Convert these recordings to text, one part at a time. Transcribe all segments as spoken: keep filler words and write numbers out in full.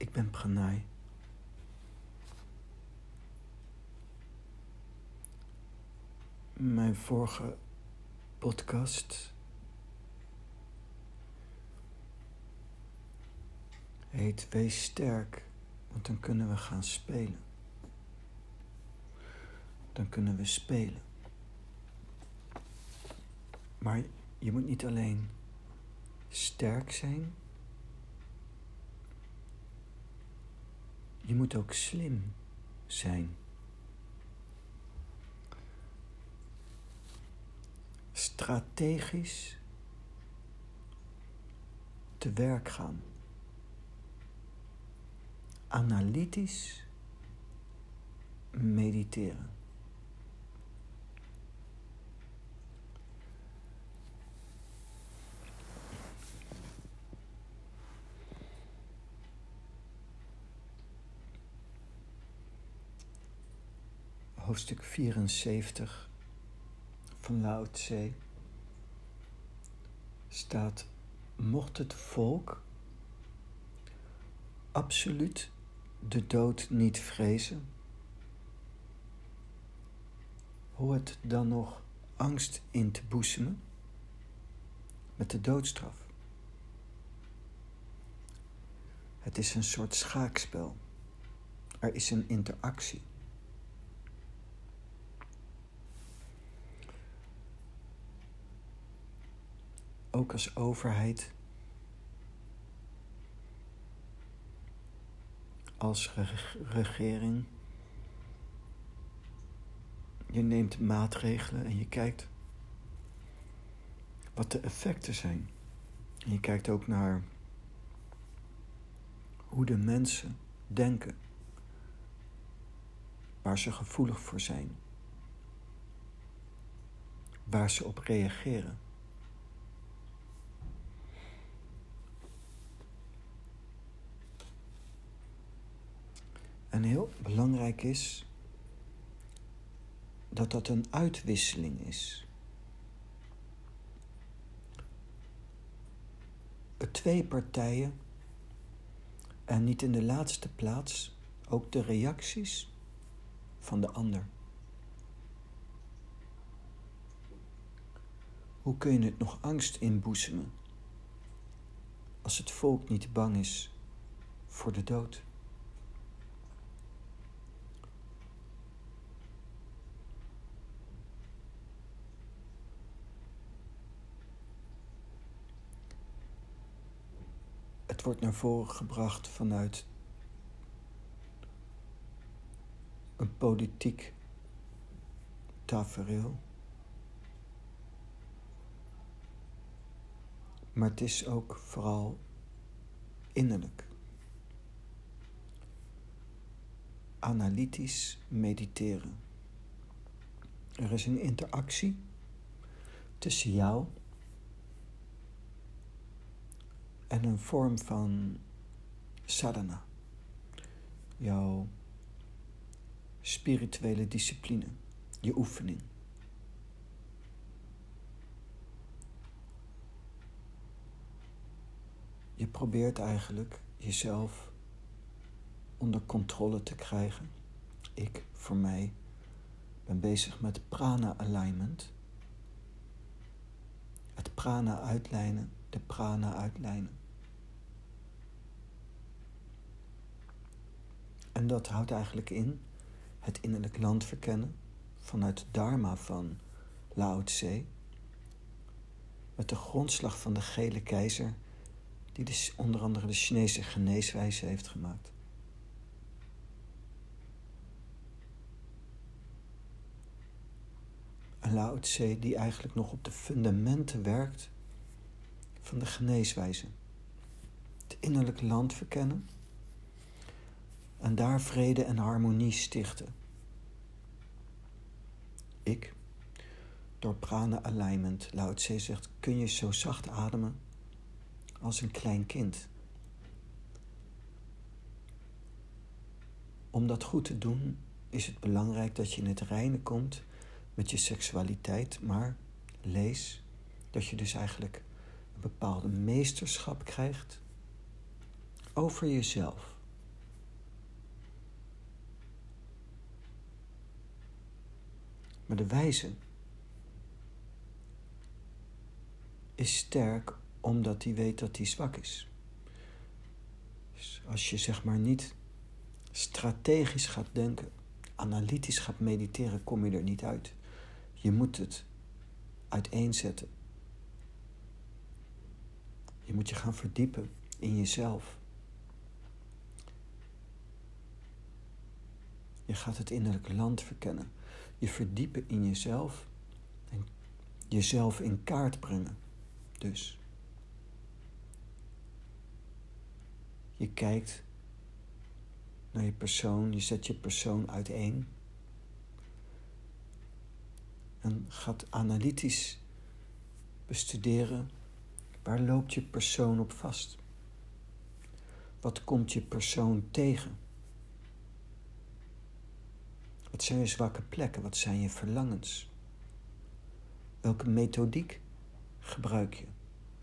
Ik ben Pranay. Mijn vorige podcast heet Wees sterk, want dan kunnen we gaan spelen. Dan kunnen we spelen. Maar je moet niet alleen sterk zijn, je moet ook slim zijn. Strategisch te werk gaan. Analytisch mediteren. Hoofdstuk vierenzeventig van Lao Tse staat: mocht het volk absoluut de dood niet vrezen, hoe het dan nog angst in te boezemen met de doodstraf? Het is een soort schaakspel. Er is een interactie. Ook als overheid, als re- regering, je neemt maatregelen en je kijkt wat de effecten zijn. En je kijkt ook naar hoe de mensen denken, waar ze gevoelig voor zijn, waar ze op reageren. En heel belangrijk is dat dat een uitwisseling is. Twee partijen en niet in de laatste plaats ook de reacties van de ander. Hoe kun je het nog angst inboezemen als het volk niet bang is voor de dood? Het wordt naar voren gebracht vanuit een politiek tafereel. Maar het is ook vooral innerlijk. Analytisch mediteren. Er is een interactie tussen jou en een vorm van sadhana, jouw spirituele discipline, je oefening. Je probeert eigenlijk jezelf onder controle te krijgen. Ik, voor mij, ben bezig met prana alignment. Het prana uitlijnen, de prana uitlijnen. En dat houdt eigenlijk in het innerlijk land verkennen vanuit het dharma van Lao Tse, met de grondslag van de gele keizer, die de, onder andere de Chinese geneeswijze heeft gemaakt. En Lao Tse die eigenlijk nog op de fundamenten werkt van de geneeswijze. Het innerlijk land verkennen en daar vrede en harmonie stichten. Ik, door prana alignment, Lao Tse zegt, kun je zo zacht ademen als een klein kind. Om dat goed te doen is het belangrijk dat je in het reine komt met je seksualiteit, maar lees dat je dus eigenlijk een bepaalde meesterschap krijgt over jezelf. Maar de wijze is sterk omdat hij weet dat hij zwak is. Dus als je zeg maar niet strategisch gaat denken, analytisch gaat mediteren, kom je er niet uit. Je moet het uiteenzetten. Je moet je gaan verdiepen in jezelf. Je gaat het innerlijke land verkennen. Je verdiepen in jezelf en jezelf in kaart brengen. Dus je kijkt naar je persoon, je zet je persoon uiteen en gaat analytisch bestuderen, waar loopt je persoon op vast? Wat komt je persoon tegen? Wat zijn je zwakke plekken? Wat zijn je verlangens? Welke methodiek gebruik je?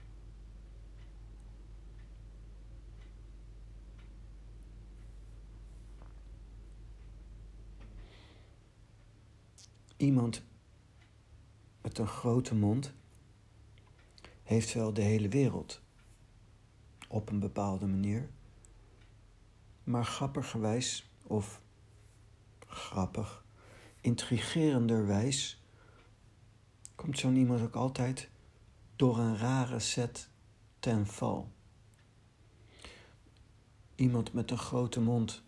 Iemand met een grote mond heeft wel de hele wereld op een bepaalde manier, maar grappigerwijs of grappig, intrigerenderwijs komt zo'n iemand ook altijd door een rare set ten val. Iemand met een grote mond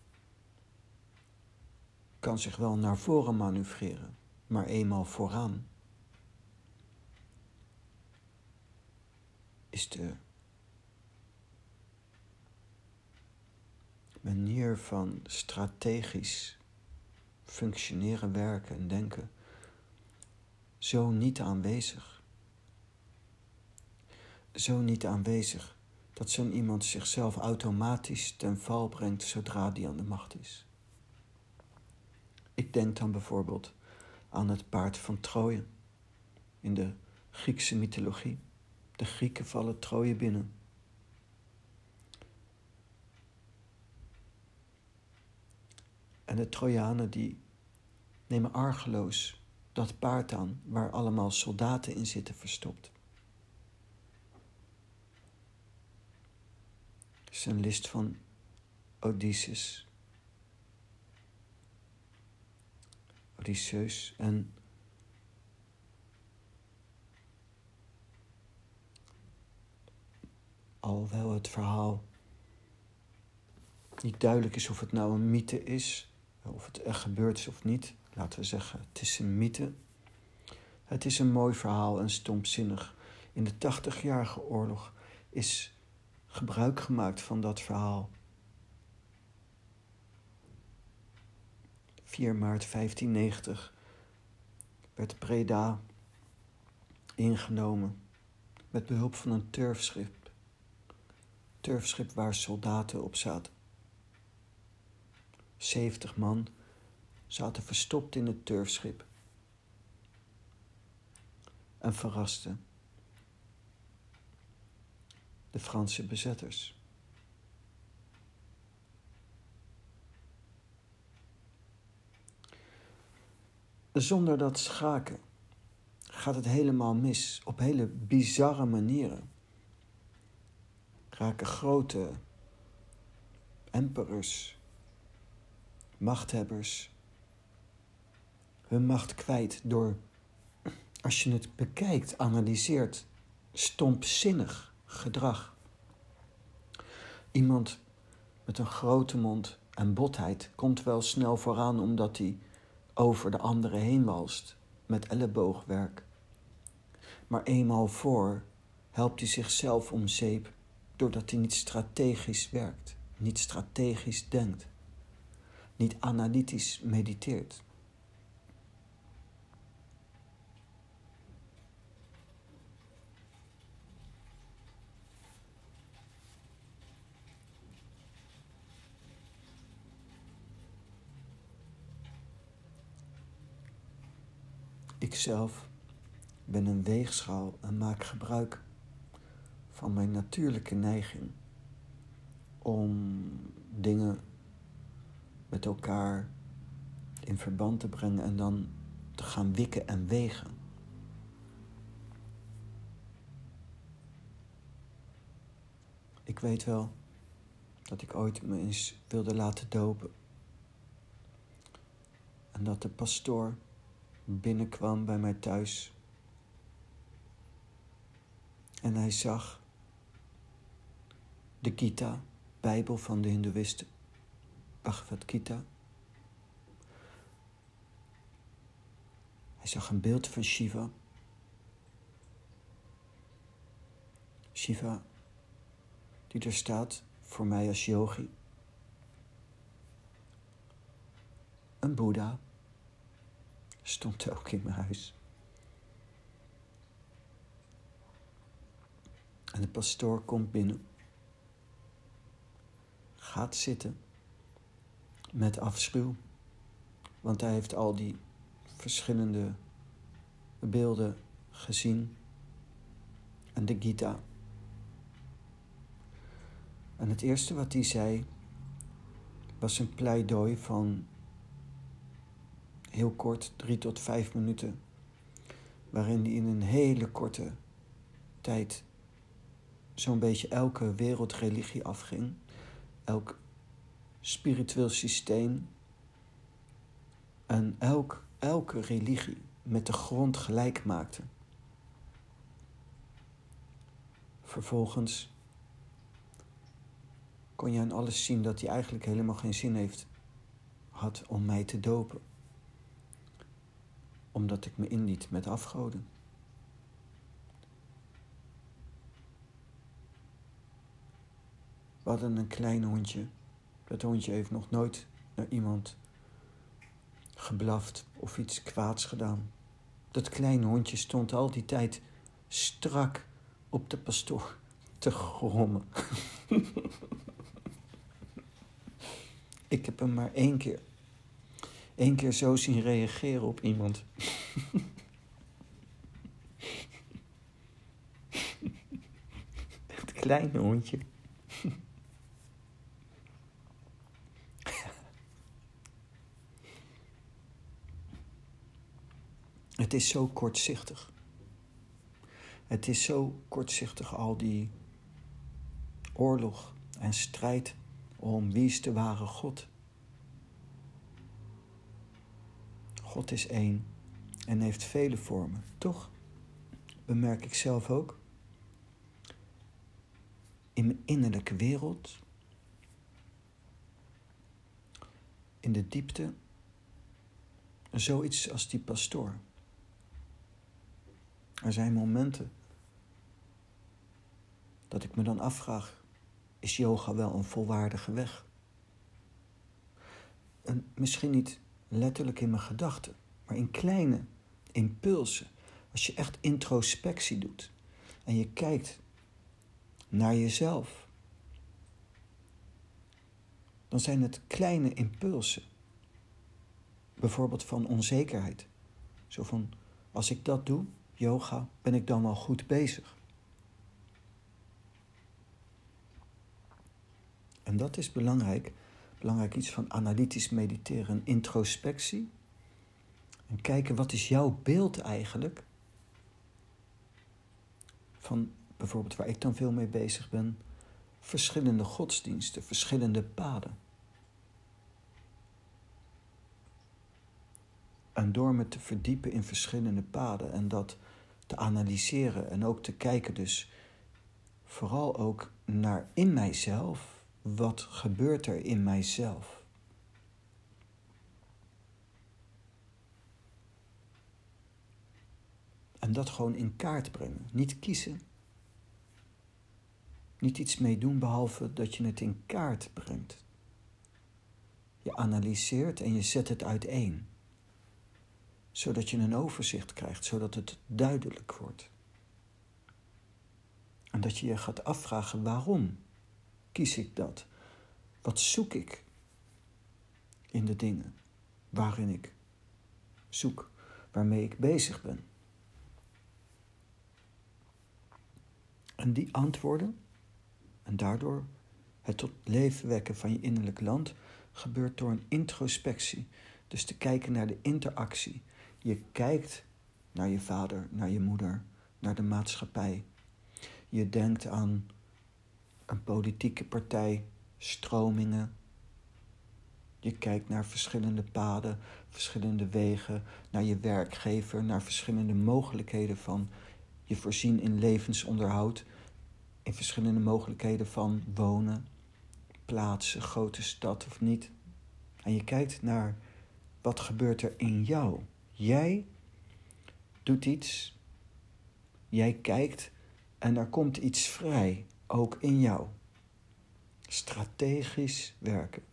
kan zich wel naar voren manoeuvreren, maar eenmaal vooraan is de manier van strategisch functioneren, werken en denken zo niet aanwezig. Zo niet aanwezig dat zo'n iemand zichzelf automatisch ten val brengt zodra die aan de macht is. Ik denk dan bijvoorbeeld aan het paard van Troje in de Griekse mythologie. De Grieken vallen Troje binnen. En de Trojanen die nemen argeloos dat paard aan waar allemaal soldaten in zitten verstopt. Het is een list van Odysseus. Odysseus en alhoewel het verhaal niet duidelijk is of het nou een mythe is, of het echt gebeurd is of niet, laten we zeggen, het is een mythe. Het is een mooi verhaal en stompzinnig. In de tachtigjarige oorlog is gebruik gemaakt van dat verhaal. vier maart vijftiennegentig werd Breda ingenomen met behulp van een turfschip. Turfschip waar soldaten op zaten. zeventig man zaten verstopt in het turfschip en verrasten de Franse bezetters. Zonder dat schaken gaat het helemaal mis, op hele bizarre manieren. Raken grote emperors, machthebbers, hun macht kwijt door, als je het bekijkt, analyseert, stompzinnig gedrag. Iemand met een grote mond en botheid komt wel snel vooraan omdat hij over de anderen heen walst met elleboogwerk. Maar eenmaal voor helpt hij zichzelf om zeep doordat hij niet strategisch werkt, niet strategisch denkt, niet analytisch mediteert. Ikzelf ben een weegschaal en maak gebruik van mijn natuurlijke neiging om dingen met elkaar in verband te brengen en dan te gaan wikken en wegen. Ik weet wel dat ik ooit me eens wilde laten dopen. En dat de pastoor binnenkwam bij mij thuis. En hij zag de Gita, Bijbel van de Hindoeïsten, Bhagavad Gita. Hij zag een beeld van Shiva. Shiva, die er staat voor mij als yogi. Een Boeddha stond ook in mijn huis. En de pastoor komt binnen, gaat zitten met afschuw, want hij heeft al die verschillende beelden gezien en de Gita. En het eerste wat hij zei was een pleidooi van heel kort, drie tot vijf minuten, waarin hij in een hele korte tijd zo'n beetje elke wereldreligie afging, elk spiritueel systeem en elk, elke religie met de grond gelijk maakte. Vervolgens kon je aan alles zien dat hij eigenlijk helemaal geen zin heeft had om mij te dopen, omdat ik me inliet met afgoden. We hadden een klein hondje. Dat hondje heeft nog nooit naar iemand geblaft of iets kwaads gedaan. Dat kleine hondje stond al die tijd strak op de pastoor te grommen. Ik heb hem maar één keer, één keer zo zien reageren op iemand. Het kleine hondje. Het is zo kortzichtig. Het is zo kortzichtig, al die oorlog en strijd om wie is de ware God. God is één en heeft vele vormen. Toch bemerk ik zelf ook in mijn innerlijke wereld, in de diepte, zoiets als die pastoor. Er zijn momenten dat ik me dan afvraag, is yoga wel een volwaardige weg? En misschien niet letterlijk in mijn gedachten, maar in kleine impulsen. Als je echt introspectie doet en je kijkt naar jezelf, dan zijn het kleine impulsen. Bijvoorbeeld van onzekerheid. Zo van, als ik dat doe, yoga, ben ik dan wel goed bezig? En dat is belangrijk. Belangrijk iets van analytisch mediteren, introspectie. En kijken, wat is jouw beeld eigenlijk? Van bijvoorbeeld waar ik dan veel mee bezig ben. Verschillende godsdiensten, verschillende paden. En door me te verdiepen in verschillende paden en dat te analyseren en ook te kijken dus vooral ook naar in mijzelf. Wat gebeurt er in mijzelf? En dat gewoon in kaart brengen. Niet kiezen. Niet iets mee doen behalve dat je het in kaart brengt. Je analyseert en je zet het uiteen. Zodat je een overzicht krijgt, zodat het duidelijk wordt. En dat je je gaat afvragen, waarom kies ik dat? Wat zoek ik in de dingen waarin ik zoek, waarmee ik bezig ben? En die antwoorden en daardoor het tot leven wekken van je innerlijk land gebeurt door een introspectie. Dus te kijken naar de interactie Je kijkt naar je vader, naar je moeder, naar de maatschappij. Je denkt aan een politieke partij, stromingen. Je kijkt naar verschillende paden, verschillende wegen, naar je werkgever, naar verschillende mogelijkheden van je voorzien in levensonderhoud, in verschillende mogelijkheden van wonen, plaatsen, grote stad of niet. En je kijkt naar wat gebeurt er in jou. Jij doet iets, jij kijkt en er komt iets vrij, ook in jou. Strategisch werken.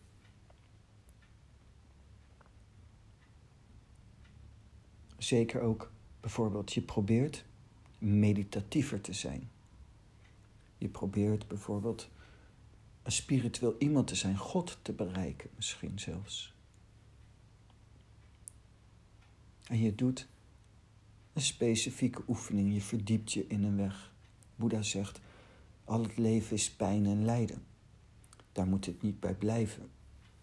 Zeker ook bijvoorbeeld, je probeert meditatiever te zijn. Je probeert bijvoorbeeld een spiritueel iemand te zijn, God te bereiken misschien zelfs. En je doet een specifieke oefening, je verdiept je in een weg. Boeddha zegt, al het leven is pijn en lijden. Daar moet het niet bij blijven.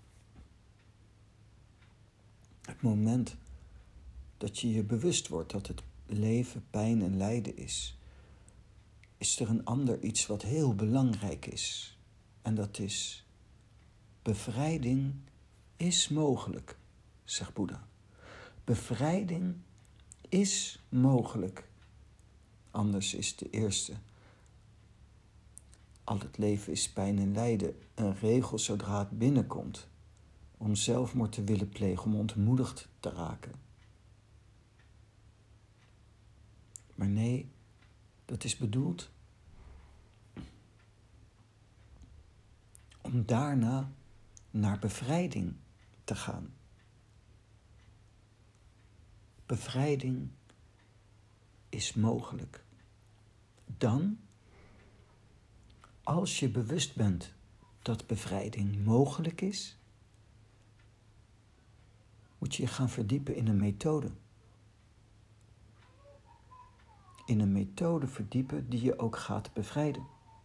Het moment dat je je bewust wordt dat het leven pijn en lijden is, is er een ander iets wat heel belangrijk is. En dat is, bevrijding is mogelijk, zegt Boeddha. Bevrijding is mogelijk. Anders is de eerste. Al het leven is pijn en lijden. Een regel zodra het binnenkomt. Om zelfmoord te willen plegen, om ontmoedigd te raken. Maar nee, dat is bedoeld om daarna naar bevrijding te gaan. Bevrijding is mogelijk. Dan, als je bewust bent dat bevrijding mogelijk is, moet je je gaan verdiepen in een methode. In een methode verdiepen die je ook gaat bevrijden.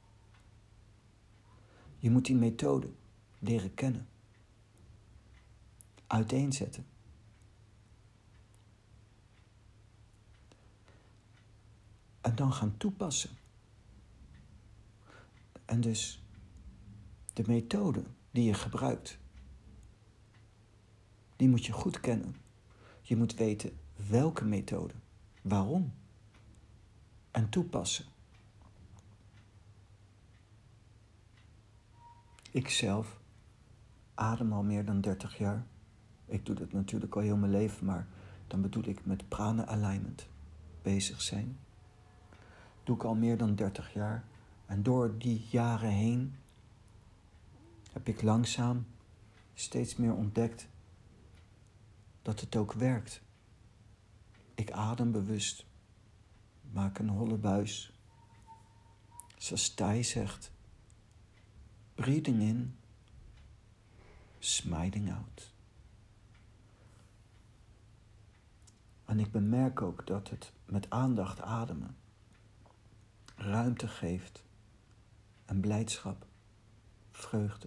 Je moet die methode leren kennen. Uiteenzetten. En dan gaan toepassen. En dus de methode die je gebruikt, die moet je goed kennen. Je moet weten welke methode, waarom en toepassen. Ik zelf adem al meer dan dertig jaar. Ik doe dat natuurlijk al heel mijn leven, maar dan bedoel ik met prana alignment bezig zijn. Doe ik al meer dan dertig jaar. En door die jaren heen heb ik langzaam steeds meer ontdekt dat het ook werkt. Ik adem bewust, maak een holle buis. Zoals Thai zegt, breathing in, smiling out. En ik bemerk ook dat het met aandacht ademen ruimte geeft en blijdschap, vreugde.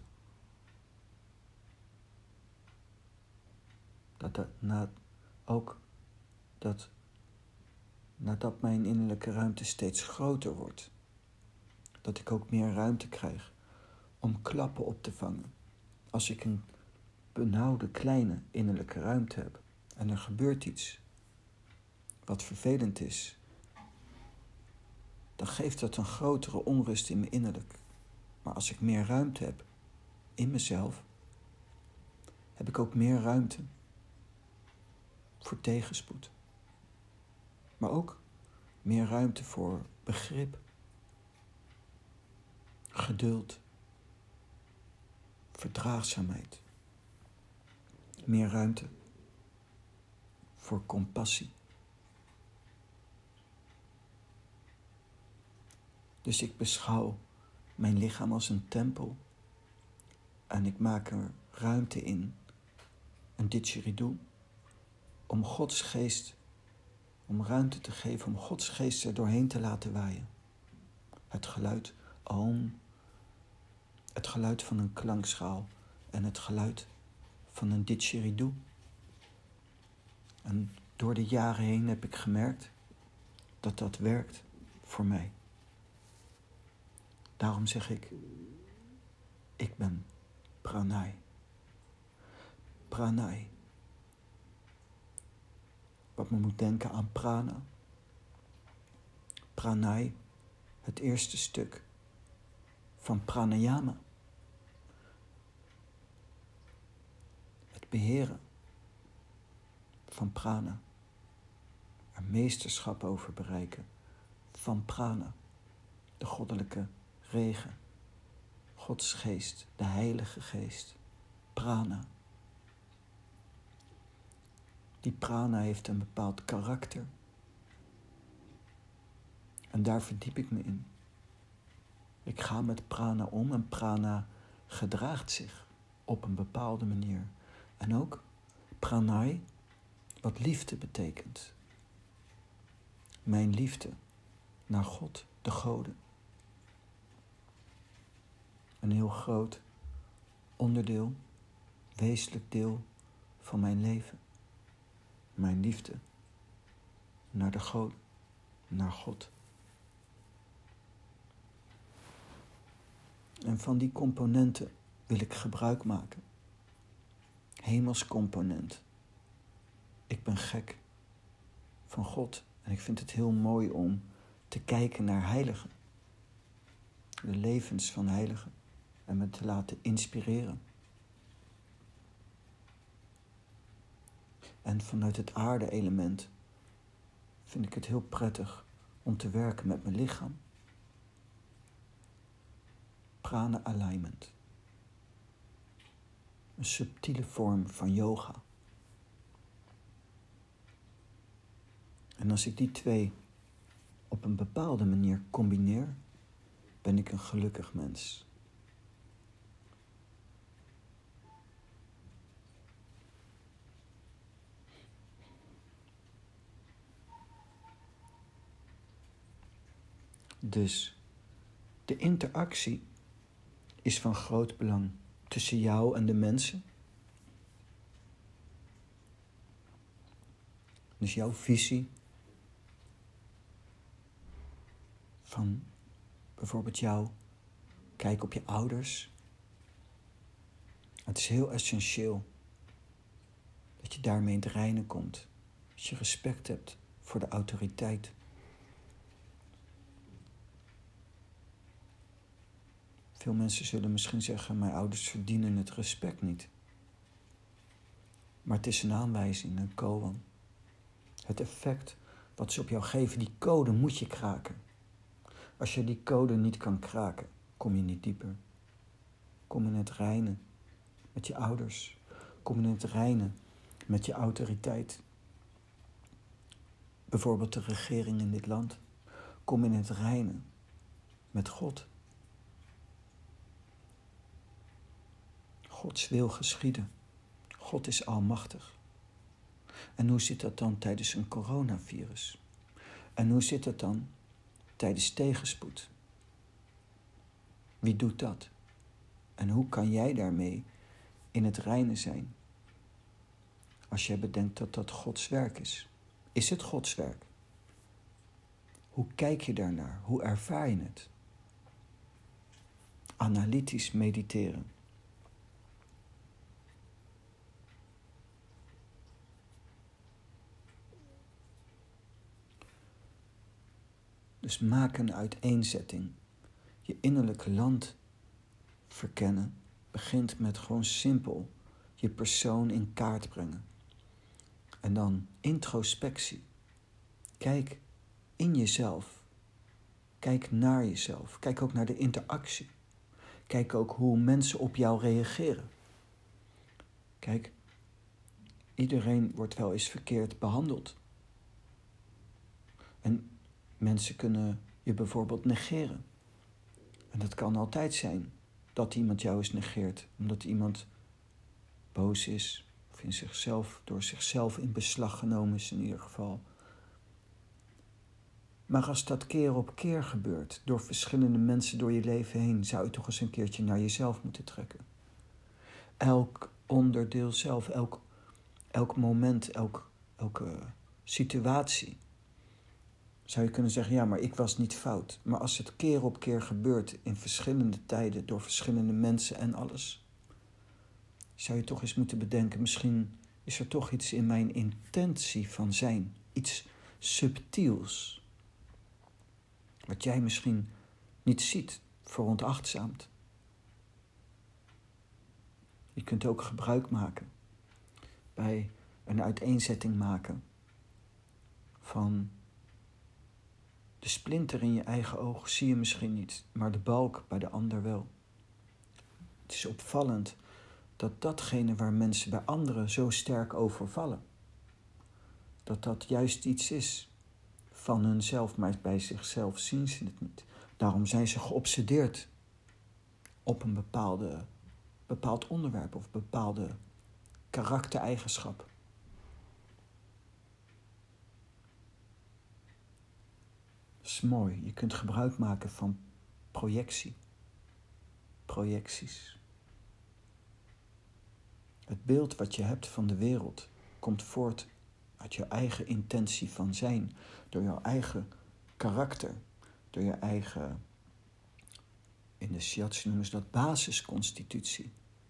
Dat dat na, ook dat nadat mijn innerlijke ruimte steeds groter wordt, dat ik ook meer ruimte krijg om klappen op te vangen. Als ik een benauwde kleine innerlijke ruimte heb en er gebeurt iets wat vervelend is, dan geeft dat een grotere onrust in mijn innerlijk. Maar als ik meer ruimte heb in mezelf, heb ik ook meer ruimte voor tegenspoed. Maar ook meer ruimte voor begrip, geduld, verdraagzaamheid. Meer ruimte voor compassie. Dus ik beschouw mijn lichaam als een tempel en ik maak er ruimte in, een didgeridoo, om Gods geest, om ruimte te geven, om Gods geest er doorheen te laten waaien. Het geluid, om, het geluid van een klankschaal en het geluid van een didgeridoo. En door de jaren heen heb ik gemerkt dat dat werkt voor mij. Daarom zeg ik, ik ben pranay. Pranay. Wat me moet denken aan prana. Pranay, het eerste stuk van pranayama. Het beheren van prana. Er meesterschap over bereiken van prana. De goddelijke regen. Gods geest, de heilige geest. Prana. Die prana heeft een bepaald karakter. En daar verdiep ik me in. Ik ga met prana om en prana gedraagt zich op een bepaalde manier. En ook pranay, wat liefde betekent. Mijn liefde naar God, de goden. Een heel groot onderdeel, wezenlijk deel van mijn leven. Mijn liefde naar de goden, naar God. En van die componenten wil ik gebruik maken. Hemelscomponent. Ik ben gek van God en ik vind het heel mooi om te kijken naar heiligen. De levens van heiligen en me te laten inspireren. En vanuit het aarde-element vind ik het heel prettig om te werken met mijn lichaam. Prana alignment. Een subtiele vorm van yoga. En als ik die twee op een bepaalde manier combineer, ben ik een gelukkig mens. Dus de interactie is van groot belang tussen jou en de mensen. Dus jouw visie van bijvoorbeeld jouw kijk op je ouders. Het is heel essentieel dat je daarmee in het reine komt. Dat je respect hebt voor de autoriteit. Veel mensen zullen misschien zeggen, mijn ouders verdienen het respect niet. Maar het is een aanwijzing, een koan. Het effect wat ze op jou geven, die code moet je kraken. Als je die code niet kan kraken, kom je niet dieper. Kom in het reine met je ouders. Kom in het reine met je autoriteit. Bijvoorbeeld de regering in dit land. Kom in het reine met God. Gods wil geschieden. God is almachtig. En hoe zit dat dan tijdens een coronavirus? En hoe zit dat dan tijdens tegenspoed? Wie doet dat? En hoe kan jij daarmee in het reine zijn? Als jij bedenkt dat dat Gods werk is. Is het Gods werk? Hoe kijk je daarnaar? Hoe ervaar je het? Analytisch mediteren. Dus maak een uiteenzetting. Je innerlijk land verkennen begint met gewoon simpel je persoon in kaart brengen. En dan introspectie. Kijk in jezelf. Kijk naar jezelf. Kijk ook naar de interactie. Kijk ook hoe mensen op jou reageren. Kijk, iedereen wordt wel eens verkeerd behandeld. En mensen kunnen je bijvoorbeeld negeren. En dat kan altijd zijn dat iemand jou eens negeert. Omdat iemand boos is. Of in zichzelf, door zichzelf in beslag genomen is in ieder geval. Maar als dat keer op keer gebeurt, door verschillende mensen door je leven heen, zou je toch eens een keertje naar jezelf moeten trekken. Elk onderdeel zelf, elk, elk moment, elk, elke situatie zou je kunnen zeggen, ja, maar ik was niet fout. Maar als het keer op keer gebeurt in verschillende tijden, door verschillende mensen en alles, zou je toch eens moeten bedenken, misschien is er toch iets in mijn intentie van zijn. Iets subtiels. Wat jij misschien niet ziet, veronachtzaamt. Je kunt ook gebruik maken bij een uiteenzetting maken van de splinter in je eigen oog zie je misschien niet, maar de balk bij de ander wel. Het is opvallend dat datgene waar mensen bij anderen zo sterk over vallen, dat dat juist iets is van hunzelf, maar bij zichzelf zien ze het niet. Daarom zijn ze geobsedeerd op een bepaalde, bepaald onderwerp of bepaalde karaktereigenschap. Dat is mooi. Je kunt gebruik maken van projectie. Projecties. Het beeld wat je hebt van de wereld komt voort uit je eigen intentie van zijn. Door jouw eigen karakter. Door je eigen, in de shiatsu noemen ze dat basisconstitutie.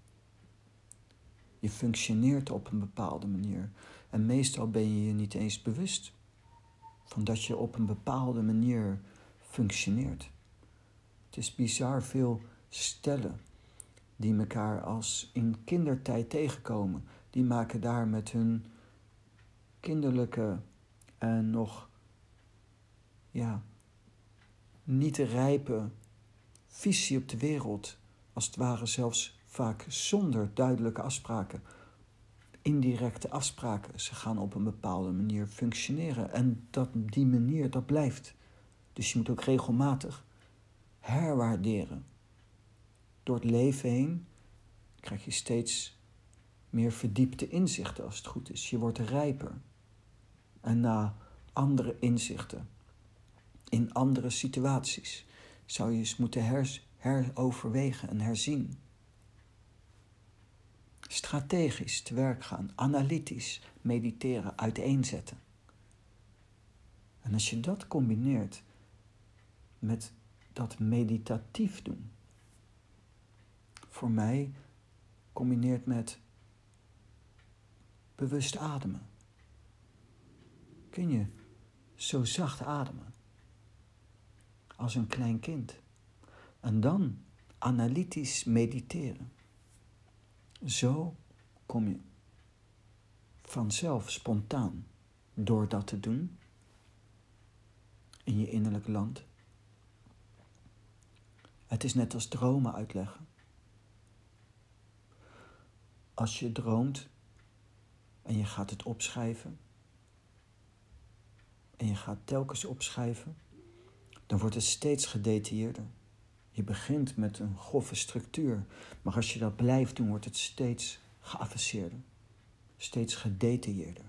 Je functioneert op een bepaalde manier. En meestal ben je je niet eens bewust van dat je op een bepaalde manier functioneert. Het is bizar veel stellen die elkaar als in kindertijd tegenkomen. Die maken daar met hun kinderlijke en nog ja, niet rijpe visie op de wereld, als het ware zelfs vaak zonder duidelijke afspraken, indirecte afspraken. Ze gaan op een bepaalde manier functioneren en dat, die manier, dat blijft. Dus je moet ook regelmatig herwaarderen. Door het leven heen krijg je steeds meer verdiepte inzichten als het goed is. Je wordt rijper. En na andere inzichten, in andere situaties, zou je eens moeten her, heroverwegen en herzien. Strategisch te werk gaan, analytisch mediteren, uiteenzetten. En als je dat combineert met dat meditatief doen, voor mij combineert met bewust ademen. Kun je zo zacht ademen als een klein kind. En dan analytisch mediteren. Zo kom je vanzelf spontaan door dat te doen in je innerlijk land. Het is net als dromen uitleggen. Als je droomt en je gaat het opschrijven en je gaat telkens opschrijven, dan wordt het steeds gedetailleerder. Je begint met een grove structuur, maar als je dat blijft doen, wordt het steeds geavanceerder, steeds gedetailleerder.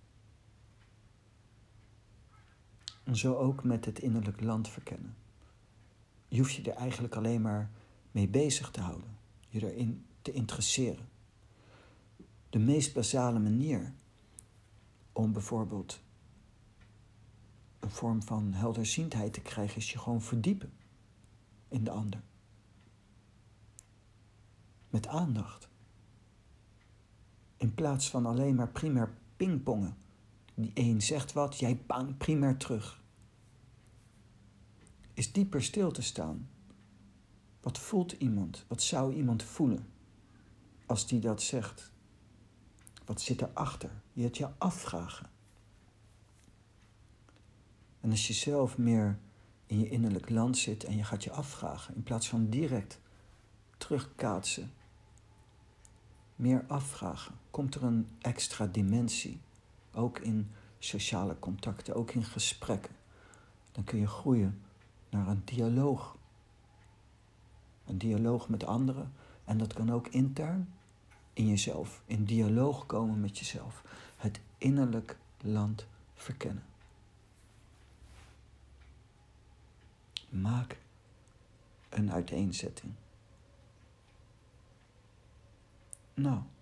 En zo ook met het innerlijk land verkennen. Je hoeft je er eigenlijk alleen maar mee bezig te houden, je erin te interesseren. De meest basale manier om bijvoorbeeld een vorm van helderziendheid te krijgen, is je gewoon verdiepen in de ander. Met aandacht. In plaats van alleen maar primair pingpongen. Die een zegt wat, jij bang primair terug. Is dieper stil te staan. Wat voelt iemand? Wat zou iemand voelen als die dat zegt? Wat zit erachter? Je het je afvragen. En als je zelf meer in je innerlijk land zit en je gaat je afvragen, in plaats van direct terugkaatsen, meer afvragen, komt er een extra dimensie. Ook in sociale contacten, ook in gesprekken. Dan kun je groeien naar een dialoog. Een dialoog met anderen. En dat kan ook intern in jezelf. In dialoog komen met jezelf. Het innerlijk land verkennen. Maak een uiteenzetting. Nou,